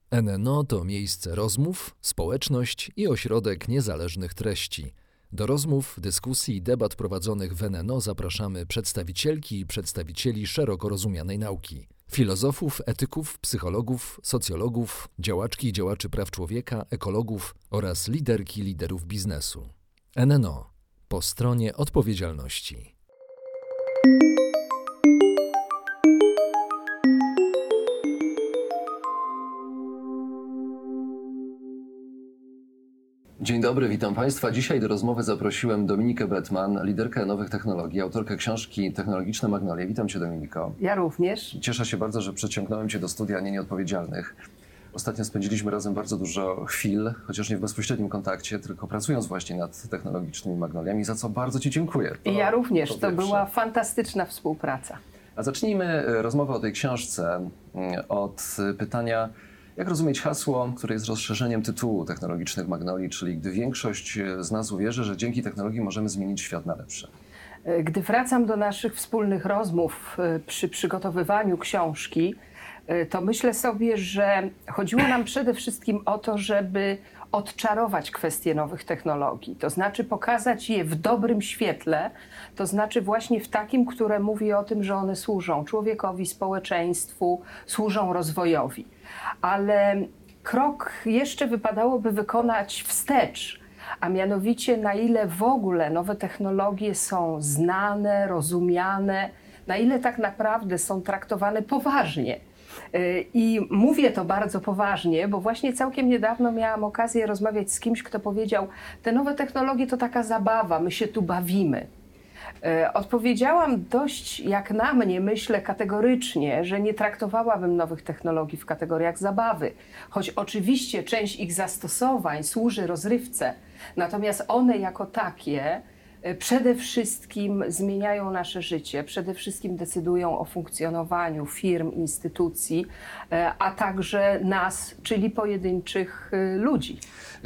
NNO to miejsce rozmów, społeczność i ośrodek niezależnych treści. Do rozmów, dyskusji i debat prowadzonych w NNO zapraszamy przedstawicielki i przedstawicieli szeroko rozumianej nauki. Filozofów, etyków, psychologów, socjologów, działaczki i działaczy praw człowieka, ekologów oraz liderki liderów biznesu. NNO. Po stronie odpowiedzialności. Dzień dobry, witam Państwa. Dzisiaj do rozmowy zaprosiłem Dominikę Bettmann, liderkę nowych technologii, autorkę książki Technologiczne Magnolie. Witam Cię, Dominiko. Ja również. Cieszę się bardzo, że przeciągnąłem Cię do studia nie nieodpowiedzialnych. Ostatnio spędziliśmy razem bardzo dużo chwil, chociaż nie w bezpośrednim kontakcie, tylko pracując właśnie nad technologicznymi magnoliami, za co bardzo Ci dziękuję. Ja również. To była fantastyczna współpraca. A zacznijmy rozmowę o tej książce od pytania, jak rozumieć hasło, które jest rozszerzeniem tytułu Technologicznych Magnolii, czyli gdy większość z nas uwierzy, że dzięki technologii możemy zmienić świat na lepsze? Gdy wracam do naszych wspólnych rozmów przy przygotowywaniu książki, to myślę sobie, że chodziło nam przede wszystkim o to, żeby odczarować kwestie nowych technologii. To znaczy pokazać je w dobrym świetle, to znaczy właśnie w takim, które mówi o tym, że one służą człowiekowi, społeczeństwu, służą rozwojowi. Ale krok jeszcze wypadałoby wykonać wstecz, a mianowicie na ile w ogóle nowe technologie są znane, rozumiane, na ile tak naprawdę są traktowane poważnie. I mówię to bardzo poważnie, bo właśnie całkiem niedawno miałam okazję rozmawiać z kimś, kto powiedział, te nowe technologie to taka zabawa, my się tu bawimy. Odpowiedziałam dość, jak na mnie, myślę kategorycznie, że nie traktowałabym nowych technologii w kategoriach zabawy, choć oczywiście część ich zastosowań służy rozrywce, natomiast one jako takie przede wszystkim zmieniają nasze życie, przede wszystkim decydują o funkcjonowaniu firm, instytucji, a także nas, czyli pojedynczych ludzi.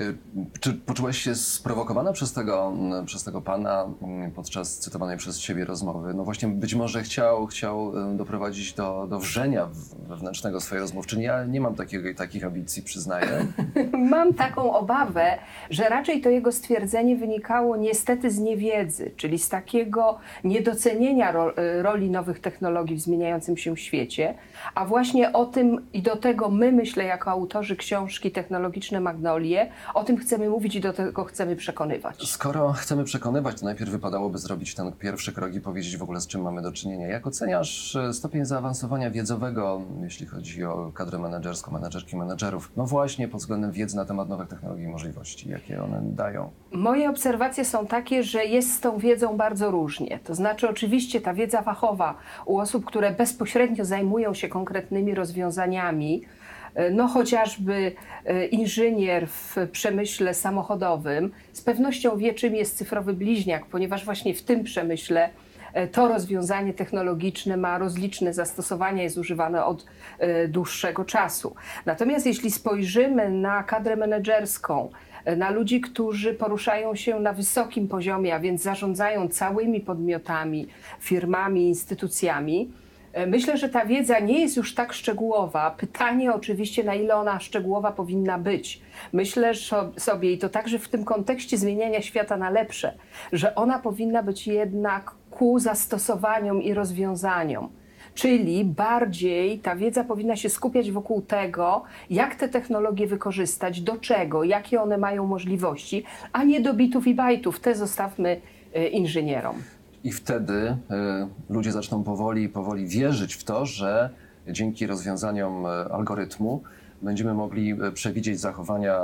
Czy poczułaś się sprowokowana przez tego pana podczas cytowanej przez Ciebie rozmowy? No właśnie być może chciał doprowadzić do wrzenia wewnętrznego swojej rozmówczyni. Ja nie mam takich ambicji, przyznaję. Mam taką obawę, że raczej to jego stwierdzenie wynikało niestety z niewiedzy, czyli z takiego niedocenienia roli nowych technologii w zmieniającym się świecie, a właśnie o tym i do tego my, myślę, jako autorzy książki Technologiczne Magnolie, o tym chcemy mówić i do tego chcemy przekonywać. Skoro chcemy przekonywać, to najpierw wypadałoby zrobić ten pierwszy krok i powiedzieć w ogóle, z czym mamy do czynienia. Jak oceniasz stopień zaawansowania wiedzowego, jeśli chodzi o kadrę menedżerską, menedżerki, menedżerów, no właśnie pod względem wiedzy na temat nowych technologii i możliwości, jakie one dają? Moje obserwacje są takie, że jest z tą wiedzą bardzo różnie. To znaczy oczywiście ta wiedza fachowa u osób, które bezpośrednio zajmują się konkretnymi rozwiązaniami, no chociażby inżynier w przemyśle samochodowym z pewnością wie, czym jest cyfrowy bliźniak, ponieważ właśnie w tym przemyśle to rozwiązanie technologiczne ma rozliczne zastosowania, jest używane od dłuższego czasu. Natomiast jeśli spojrzymy na kadrę menedżerską, na ludzi, którzy poruszają się na wysokim poziomie, a więc zarządzają całymi podmiotami, firmami, instytucjami, myślę, że ta wiedza nie jest już tak szczegółowa. Pytanie oczywiście, na ile ona szczegółowa powinna być. Myślę sobie, i to także w tym kontekście zmieniania świata na lepsze, że ona powinna być jednak ku zastosowaniom i rozwiązaniom. Czyli bardziej ta wiedza powinna się skupiać wokół tego, jak te technologie wykorzystać, do czego, jakie one mają możliwości, a nie do bitów i bajtów. Te zostawmy inżynierom. I wtedy ludzie zaczną powoli wierzyć w to, że dzięki rozwiązaniom algorytmu będziemy mogli przewidzieć zachowania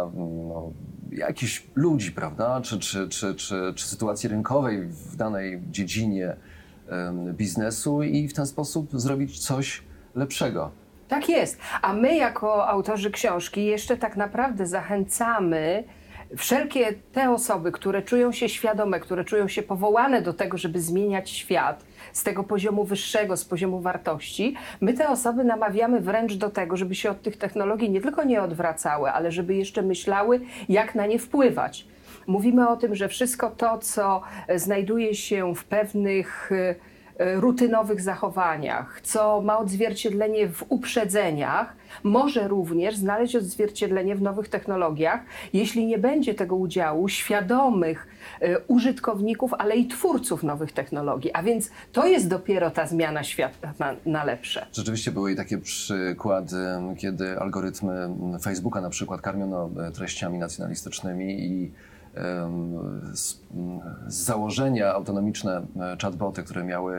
jakichś ludzi, prawda? Czy sytuacji rynkowej w danej dziedzinie biznesu i w ten sposób zrobić coś lepszego. Tak jest. A my jako autorzy książki jeszcze tak naprawdę zachęcamy wszelkie te osoby, które czują się świadome, które czują się powołane do tego, żeby zmieniać świat z tego poziomu wyższego, z poziomu wartości, my te osoby namawiamy wręcz do tego, żeby się od tych technologii nie tylko nie odwracały, ale żeby jeszcze myślały, jak na nie wpływać. Mówimy o tym, że wszystko to, co znajduje się w pewnych rutynowych zachowaniach, co ma odzwierciedlenie w uprzedzeniach, może również znaleźć odzwierciedlenie w nowych technologiach, jeśli nie będzie tego udziału świadomych użytkowników, ale i twórców nowych technologii. A więc to jest dopiero ta zmiana świata na lepsze. Rzeczywiście były i takie przykłady, kiedy algorytmy Facebooka na przykład karmiono treściami nacjonalistycznymi i z założenia autonomiczne chatboty, które miały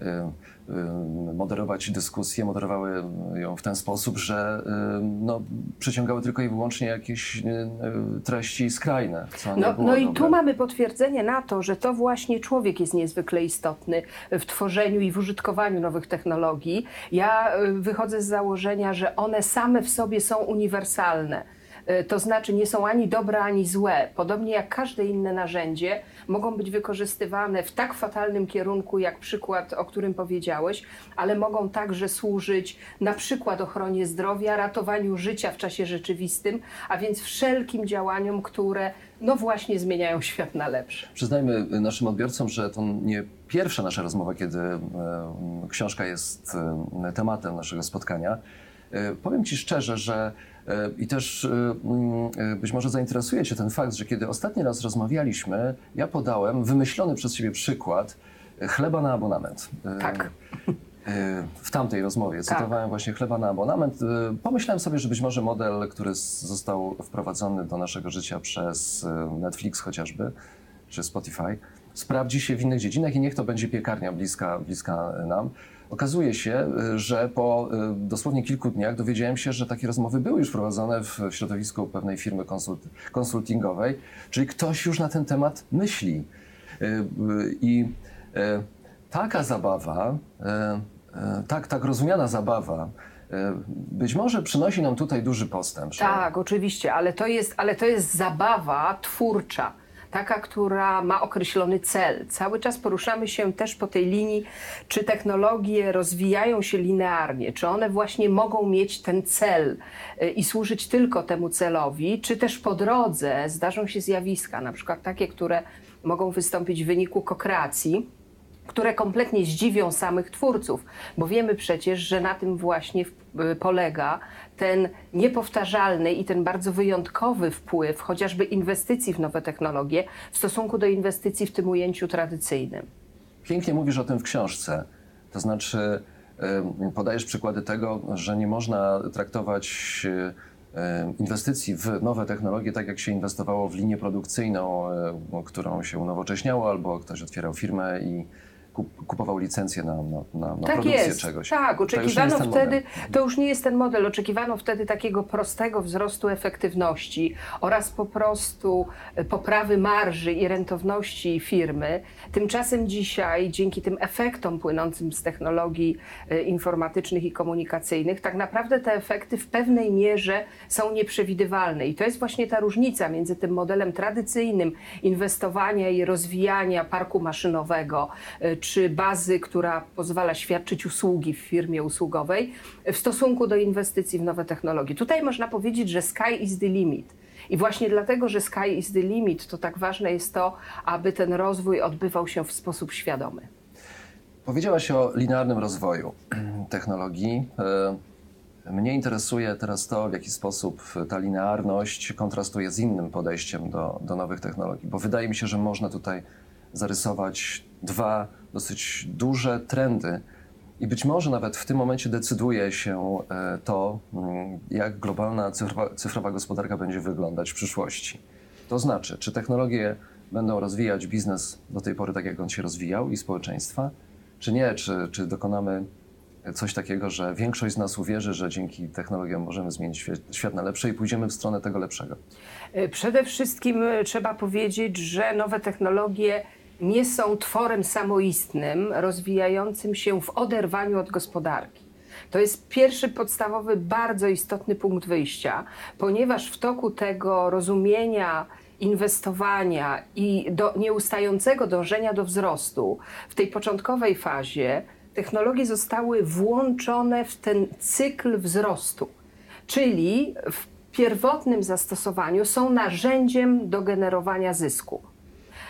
moderować dyskusję, moderowały ją w ten sposób, że przyciągały tylko i wyłącznie jakieś treści skrajne. Co nie było i dobre. tu mamy potwierdzenie na to, że to właśnie człowiek jest niezwykle istotny w tworzeniu i w użytkowaniu nowych technologii. Ja wychodzę z założenia, że one same w sobie są uniwersalne. To znaczy nie są ani dobre, ani złe. Podobnie jak każde inne narzędzie, mogą być wykorzystywane w tak fatalnym kierunku, jak przykład, o którym powiedziałeś, ale mogą także służyć na przykład ochronie zdrowia, ratowaniu życia w czasie rzeczywistym, a więc wszelkim działaniom, które właśnie zmieniają świat na lepsze. Przyznajmy naszym odbiorcom, że to nie pierwsza nasza rozmowa, kiedy książka jest tematem naszego spotkania. Powiem Ci szczerze, że i też być może zainteresuje Cię ten fakt, że kiedy ostatni raz rozmawialiśmy, ja podałem wymyślony przez Ciebie przykład chleba na abonament. Tak. W tamtej rozmowie cytowałem właśnie chleba na abonament. Pomyślałem sobie, że być może model, który został wprowadzony do naszego życia przez Netflix chociażby, czy Spotify, sprawdzi się w innych dziedzinach i niech to będzie piekarnia bliska nam. Okazuje się, że po dosłownie kilku dniach dowiedziałem się, że takie rozmowy były już prowadzone w środowisku pewnej firmy konsultingowej, czyli ktoś już na ten temat myśli. I taka zabawa, tak rozumiana zabawa, być może przynosi nam tutaj duży postęp. Tak, oczywiście, ale to jest zabawa twórcza. Taka, która ma określony cel. Cały czas poruszamy się też po tej linii, czy technologie rozwijają się linearnie, czy one właśnie mogą mieć ten cel i służyć tylko temu celowi, czy też po drodze zdarzą się zjawiska, na przykład takie, które mogą wystąpić w wyniku kokreacji, które kompletnie zdziwią samych twórców, bo wiemy przecież, że na tym właśnie polega ten niepowtarzalny i ten bardzo wyjątkowy wpływ chociażby inwestycji w nowe technologie w stosunku do inwestycji w tym ujęciu tradycyjnym. Pięknie mówisz o tym w książce, to znaczy podajesz przykłady tego, że nie można traktować inwestycji w nowe technologie tak, jak się inwestowało w linię produkcyjną, którą się unowocześniało, albo ktoś otwierał firmę i kupował licencję na produkcję czegoś. Tak, oczekiwano wtedy, to już nie jest ten model, oczekiwano wtedy takiego prostego wzrostu efektywności oraz po prostu poprawy marży i rentowności firmy. Tymczasem dzisiaj, dzięki tym efektom płynącym z technologii informatycznych i komunikacyjnych, tak naprawdę te efekty w pewnej mierze są nieprzewidywalne. I to jest właśnie ta różnica między tym modelem tradycyjnym inwestowania i rozwijania parku maszynowego, czy bazy, która pozwala świadczyć usługi w firmie usługowej w stosunku do inwestycji w nowe technologie. Tutaj można powiedzieć, że sky is the limit. I właśnie dlatego, że sky is the limit, to tak ważne jest to, aby ten rozwój odbywał się w sposób świadomy. Powiedziałaś o linearnym rozwoju technologii. Mnie interesuje teraz to, w jaki sposób ta linearność kontrastuje z innym podejściem do nowych technologii, bo wydaje mi się, że można tutaj zarysować dwa dosyć duże trendy i być może nawet w tym momencie decyduje się to, jak globalna cyfrowa gospodarka będzie wyglądać w przyszłości. To znaczy, czy technologie będą rozwijać biznes do tej pory tak, jak on się rozwijał i społeczeństwa, czy nie, czy dokonamy coś takiego, że większość z nas uwierzy, że dzięki technologiom możemy zmienić świat na lepsze i pójdziemy w stronę tego lepszego. Przede wszystkim trzeba powiedzieć, że nowe technologie nie są tworem samoistnym, rozwijającym się w oderwaniu od gospodarki. To jest pierwszy podstawowy, bardzo istotny punkt wyjścia, ponieważ w toku tego rozumienia, inwestowania i nieustającego dążenia do wzrostu, w tej początkowej fazie technologie zostały włączone w ten cykl wzrostu, czyli w pierwotnym zastosowaniu są narzędziem do generowania zysku.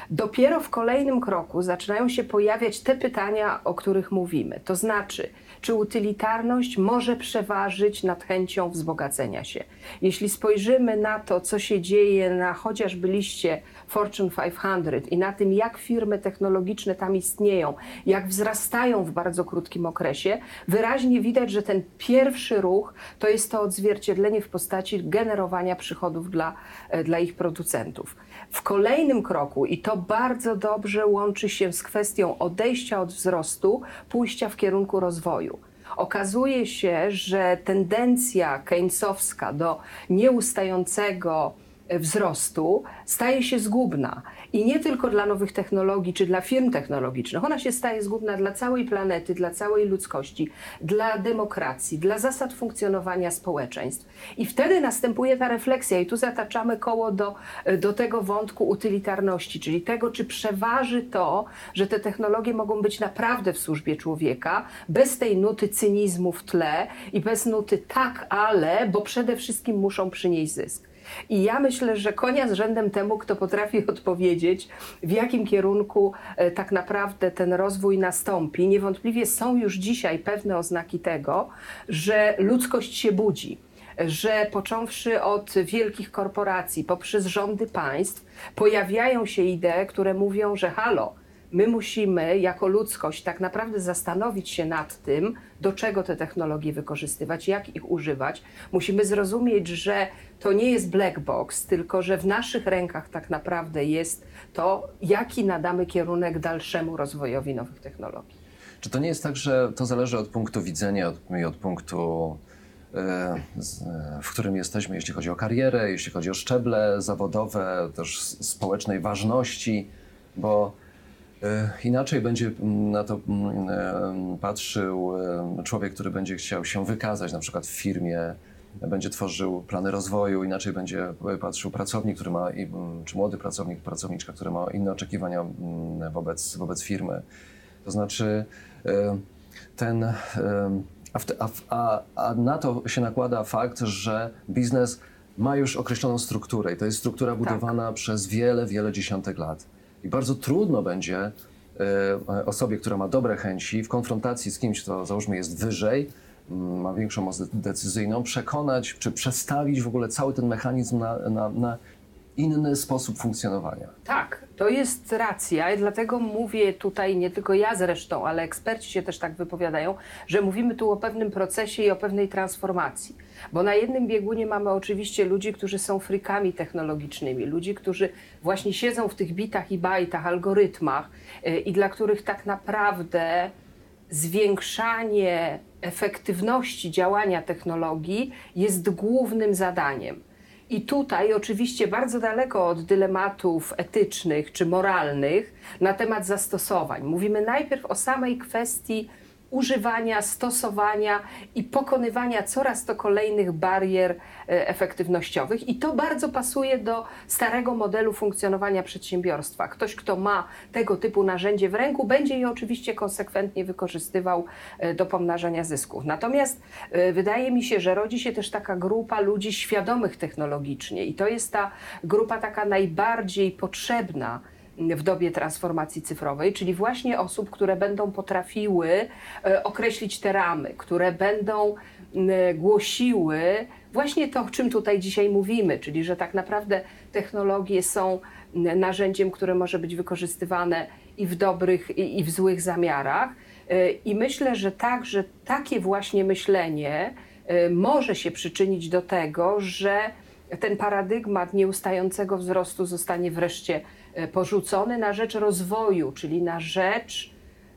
Dopiero w kolejnym kroku zaczynają się pojawiać te pytania, o których mówimy. To znaczy, czy utylitarność może przeważyć nad chęcią wzbogacenia się? Jeśli spojrzymy na to, co się dzieje na chociażby liście Fortune 500 i na tym, jak firmy technologiczne tam istnieją, jak wzrastają w bardzo krótkim okresie, wyraźnie widać, że ten pierwszy ruch to jest to odzwierciedlenie w postaci generowania przychodów dla ich producentów. W kolejnym kroku, i to bardzo dobrze łączy się z kwestią odejścia od wzrostu, pójścia w kierunku rozwoju. Okazuje się, że tendencja keynesowska do nieustającego wzrostu staje się zgubna. I nie tylko dla nowych technologii czy dla firm technologicznych. Ona się staje zgubna dla całej planety, dla całej ludzkości, dla demokracji, dla zasad funkcjonowania społeczeństw. I wtedy następuje ta refleksja i tu zataczamy koło do tego wątku utylitarności, czyli tego, czy przeważy to, że te technologie mogą być naprawdę w służbie człowieka, bez tej nuty cynizmu w tle i bez nuty tak, ale, bo przede wszystkim muszą przynieść zysk. I ja myślę, że konia z rzędem temu, kto potrafi odpowiedzieć, w jakim kierunku tak naprawdę ten rozwój nastąpi. Niewątpliwie są już dzisiaj pewne oznaki tego, że ludzkość się budzi, że począwszy od wielkich korporacji, poprzez rządy państw, pojawiają się idee, które mówią, że halo, my musimy jako ludzkość tak naprawdę zastanowić się nad tym, do czego te technologie wykorzystywać, jak ich używać. Musimy zrozumieć, że to nie jest black box, tylko że w naszych rękach tak naprawdę jest to, jaki nadamy kierunek dalszemu rozwojowi nowych technologii. Czy to nie jest tak, że to zależy od punktu widzenia i od punktu, w którym jesteśmy, jeśli chodzi o karierę, jeśli chodzi o szczeble zawodowe, też społecznej ważności, bo inaczej będzie na to patrzył człowiek, który będzie chciał się wykazać na przykład w firmie, będzie tworzył plany rozwoju, inaczej będzie patrzył pracownik, który ma, czy młody pracownik, pracowniczka, który ma inne oczekiwania wobec firmy. To znaczy a na to się nakłada fakt, że biznes ma już określoną strukturę i to jest struktura budowana przez wiele dziesiątek lat. I bardzo trudno będzie osobie, która ma dobre chęci, w konfrontacji z kimś, kto załóżmy jest wyżej, ma większą moc decyzyjną, przekonać czy przestawić w ogóle cały ten mechanizm na inny sposób funkcjonowania. Tak, to jest racja i dlatego mówię tutaj, nie tylko ja zresztą, ale eksperci się też tak wypowiadają, że mówimy tu o pewnym procesie i o pewnej transformacji. Bo na jednym biegunie mamy oczywiście ludzi, którzy są frikami technologicznymi, ludzi, którzy właśnie siedzą w tych bitach i bajtach, algorytmach i dla których tak naprawdę zwiększanie efektywności działania technologii jest głównym zadaniem. I tutaj oczywiście bardzo daleko od dylematów etycznych czy moralnych na temat zastosowań. Mówimy najpierw o samej kwestii używania, stosowania i pokonywania coraz to kolejnych barier efektywnościowych. I to bardzo pasuje do starego modelu funkcjonowania przedsiębiorstwa. Ktoś, kto ma tego typu narzędzie w ręku, będzie je oczywiście konsekwentnie wykorzystywał do pomnażania zysków. Natomiast wydaje mi się, że rodzi się też taka grupa ludzi świadomych technologicznie i to jest ta grupa taka najbardziej potrzebna w dobie transformacji cyfrowej, czyli właśnie osób, które będą potrafiły określić te ramy, które będą głosiły właśnie to, o czym tutaj dzisiaj mówimy, czyli że tak naprawdę technologie są narzędziem, które może być wykorzystywane i w dobrych, i w złych zamiarach. I myślę, że także takie właśnie myślenie może się przyczynić do tego, że ten paradygmat nieustającego wzrostu zostanie wreszcie porzucony na rzecz rozwoju, czyli na rzecz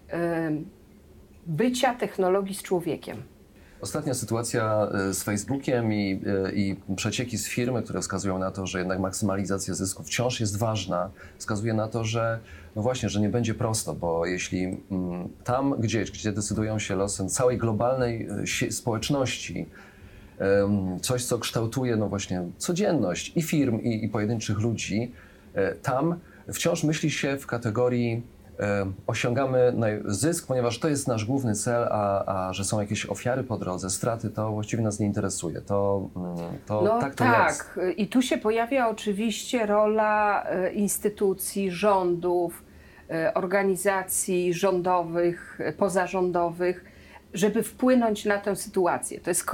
bycia technologii z człowiekiem. Ostatnia sytuacja z Facebookiem i przecieki z firmy, które wskazują na to, że jednak maksymalizacja zysków wciąż jest ważna, wskazuje na to, że no właśnie, że nie będzie prosto, bo jeśli tam gdzieś, gdzie decydują się losem całej globalnej społeczności, coś, co kształtuje no właśnie codzienność i firm, i pojedynczych ludzi, tam wciąż myśli się w kategorii osiągamy zysk, ponieważ to jest nasz główny cel, a że są jakieś ofiary po drodze, straty, to właściwie nas nie interesuje. Tak to jest. I tu się pojawia oczywiście rola instytucji, rządów, organizacji rządowych, pozarządowych, żeby wpłynąć na tę sytuację. To jest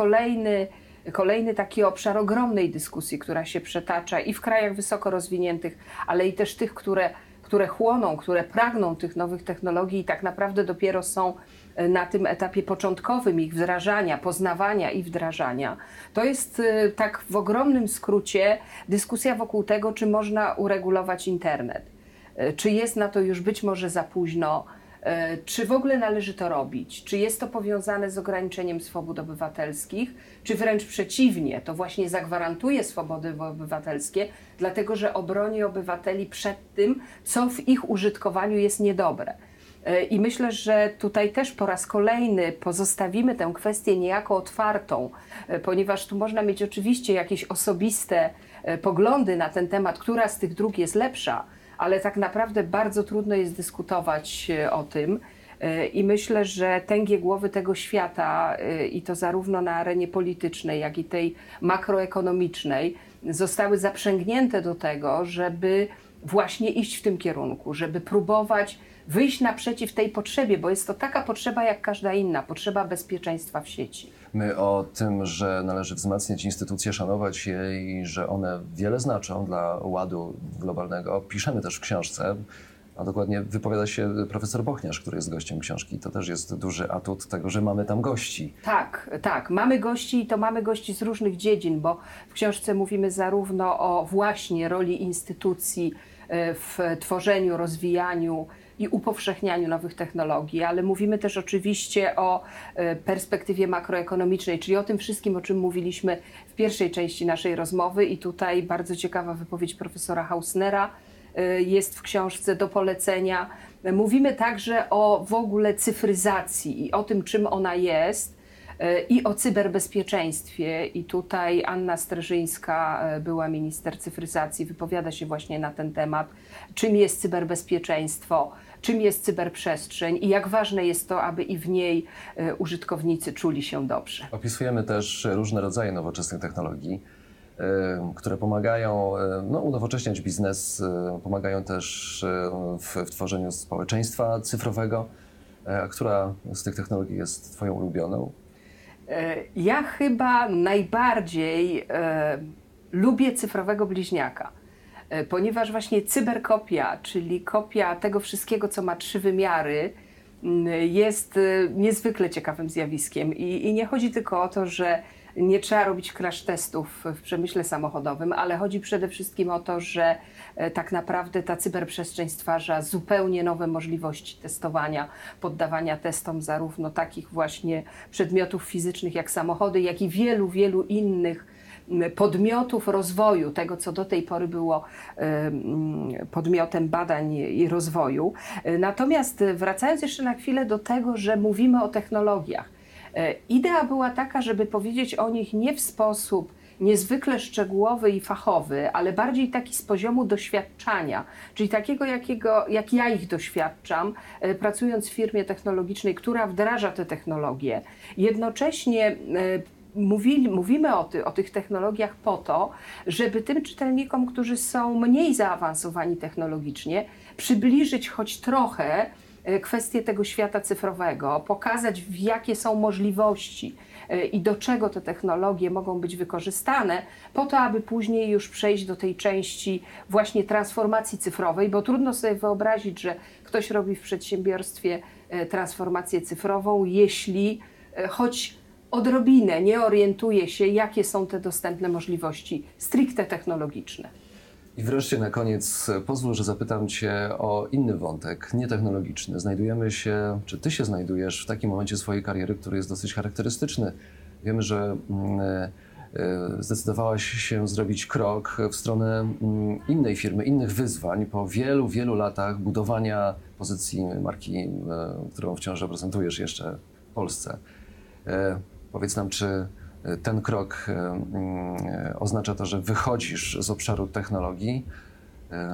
kolejny taki obszar ogromnej dyskusji, która się przetacza i w krajach wysoko rozwiniętych, ale i też tych, które chłoną, które pragną tych nowych technologii i tak naprawdę dopiero są na tym etapie początkowym ich wdrażania, poznawania i wdrażania. To jest tak w ogromnym skrócie dyskusja wokół tego, czy można uregulować internet. Czy jest na to już być może za późno, czy w ogóle należy to robić, czy jest to powiązane z ograniczeniem swobód obywatelskich, czy wręcz przeciwnie, to właśnie zagwarantuje swobody obywatelskie, dlatego że obroni obywateli przed tym, co w ich użytkowaniu jest niedobre. I myślę, że tutaj też po raz kolejny pozostawimy tę kwestię niejako otwartą, ponieważ tu można mieć oczywiście jakieś osobiste poglądy na ten temat, która z tych dróg jest lepsza, ale tak naprawdę bardzo trudno jest dyskutować o tym i myślę, że tęgie głowy tego świata i to zarówno na arenie politycznej, jak i tej makroekonomicznej zostały zaprzęgnięte do tego, żeby właśnie iść w tym kierunku, żeby próbować wyjść naprzeciw tej potrzebie, bo jest to taka potrzeba jak każda inna, potrzeba bezpieczeństwa w sieci. My o tym, że należy wzmacniać instytucje, szanować je i że one wiele znaczą dla ładu globalnego, piszemy też w książce, a dokładnie wypowiada się profesor Bochniarz, który jest gościem książki. To też jest duży atut tego, że mamy tam gości. Tak, mamy gości i to mamy gości z różnych dziedzin, bo w książce mówimy zarówno o właśnie roli instytucji w tworzeniu, rozwijaniu i upowszechnianiu nowych technologii, ale mówimy też oczywiście o perspektywie makroekonomicznej, czyli o tym wszystkim, o czym mówiliśmy w pierwszej części naszej rozmowy i tutaj bardzo ciekawa wypowiedź profesora Hausnera jest w książce do polecenia. Mówimy także o w ogóle cyfryzacji i o tym, czym ona jest i o cyberbezpieczeństwie i tutaj Anna Streżyńska, była minister cyfryzacji, wypowiada się właśnie na ten temat, czym jest cyberbezpieczeństwo, czym jest cyberprzestrzeń i jak ważne jest to, aby i w niej użytkownicy czuli się dobrze. Opisujemy też różne rodzaje nowoczesnych technologii, które pomagają unowocześniać biznes, pomagają też w tworzeniu społeczeństwa cyfrowego. A która z tych technologii jest Twoją ulubioną? Ja chyba najbardziej lubię cyfrowego bliźniaka, ponieważ właśnie cyberkopia, czyli kopia tego wszystkiego, co ma 3 wymiary, jest niezwykle ciekawym zjawiskiem. I nie chodzi tylko o to, że nie trzeba robić crash testów w przemyśle samochodowym, ale chodzi przede wszystkim o to, że tak naprawdę ta cyberprzestrzeń stwarza zupełnie nowe możliwości testowania, poddawania testom zarówno takich właśnie przedmiotów fizycznych jak samochody, jak i wielu, wielu innych podmiotów rozwoju, tego co do tej pory było podmiotem badań i rozwoju. Natomiast wracając jeszcze na chwilę do tego, że mówimy o technologiach. Idea była taka, żeby powiedzieć o nich nie w sposób niezwykle szczegółowy i fachowy, ale bardziej taki z poziomu doświadczania, czyli takiego, jak ja ich doświadczam, pracując w firmie technologicznej, która wdraża te technologie. Jednocześnie mówimy o tych technologiach po to, żeby tym czytelnikom, którzy są mniej zaawansowani technologicznie, przybliżyć choć trochę kwestie tego świata cyfrowego, pokazać jakie są możliwości i do czego te technologie mogą być wykorzystane, po to, aby później już przejść do tej części właśnie transformacji cyfrowej, bo trudno sobie wyobrazić, że ktoś robi w przedsiębiorstwie transformację cyfrową, jeśli choć odrobinę nie orientuje się, jakie są te dostępne możliwości stricte technologiczne. I wreszcie na koniec pozwól, że zapytam Cię o inny wątek, nietechnologiczny. Znajdujemy się, czy Ty się znajdujesz w takim momencie swojej kariery, który jest dosyć charakterystyczny. Wiemy, że zdecydowałaś się zrobić krok w stronę innej firmy, innych wyzwań po wielu, wielu latach budowania pozycji marki, którą wciąż reprezentujesz jeszcze w Polsce. Powiedz nam, czy ten krok oznacza to, że wychodzisz z obszaru technologii,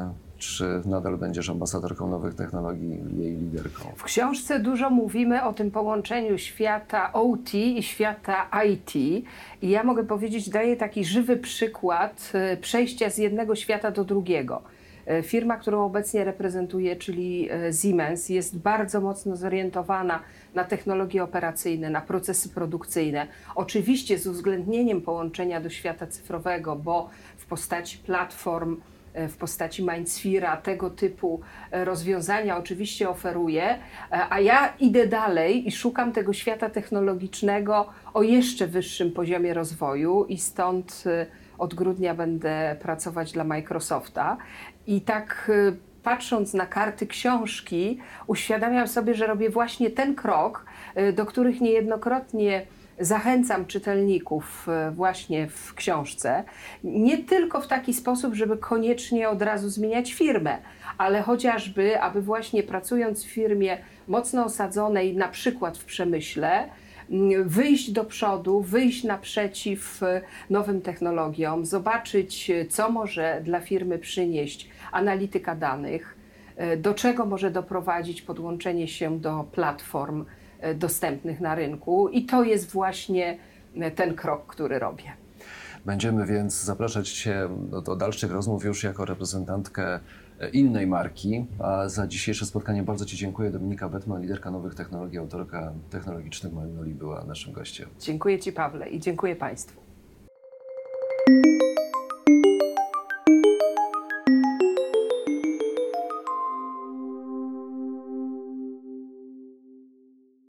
czy nadal będziesz ambasadorką nowych technologii i jej liderką? W książce dużo mówimy o tym połączeniu świata OT i świata IT. I ja mogę powiedzieć, daję taki żywy przykład przejścia z jednego świata do drugiego. Firma, którą obecnie reprezentuję, czyli Siemens, jest bardzo mocno zorientowana na technologie operacyjne, na procesy produkcyjne. Oczywiście z uwzględnieniem połączenia do świata cyfrowego, bo w postaci platform, w postaci MindSphere'a tego typu rozwiązania oczywiście oferuje, a ja idę dalej i szukam tego świata technologicznego o jeszcze wyższym poziomie rozwoju i stąd od grudnia będę pracować dla Microsofta. I tak patrząc na karty książki, uświadamiam sobie, że robię właśnie ten krok, do których niejednokrotnie zachęcam czytelników właśnie w książce. Nie tylko w taki sposób, żeby koniecznie od razu zmieniać firmę, ale chociażby, aby właśnie pracując w firmie mocno osadzonej, na przykład w przemyśle, wyjść do przodu, wyjść naprzeciw nowym technologiom, zobaczyć, co może dla firmy przynieść analityka danych, do czego może doprowadzić podłączenie się do platform dostępnych na rynku. I to jest właśnie ten krok, który robię. Będziemy więc zapraszać Cię do dalszych rozmów już jako reprezentantkę innej marki. A za dzisiejsze spotkanie bardzo Ci dziękuję. Dominika Bettmann, liderka nowych technologii, autorka technologicznych Magnolii, była naszym gościem. Dziękuję Ci, Pawle, i dziękuję Państwu.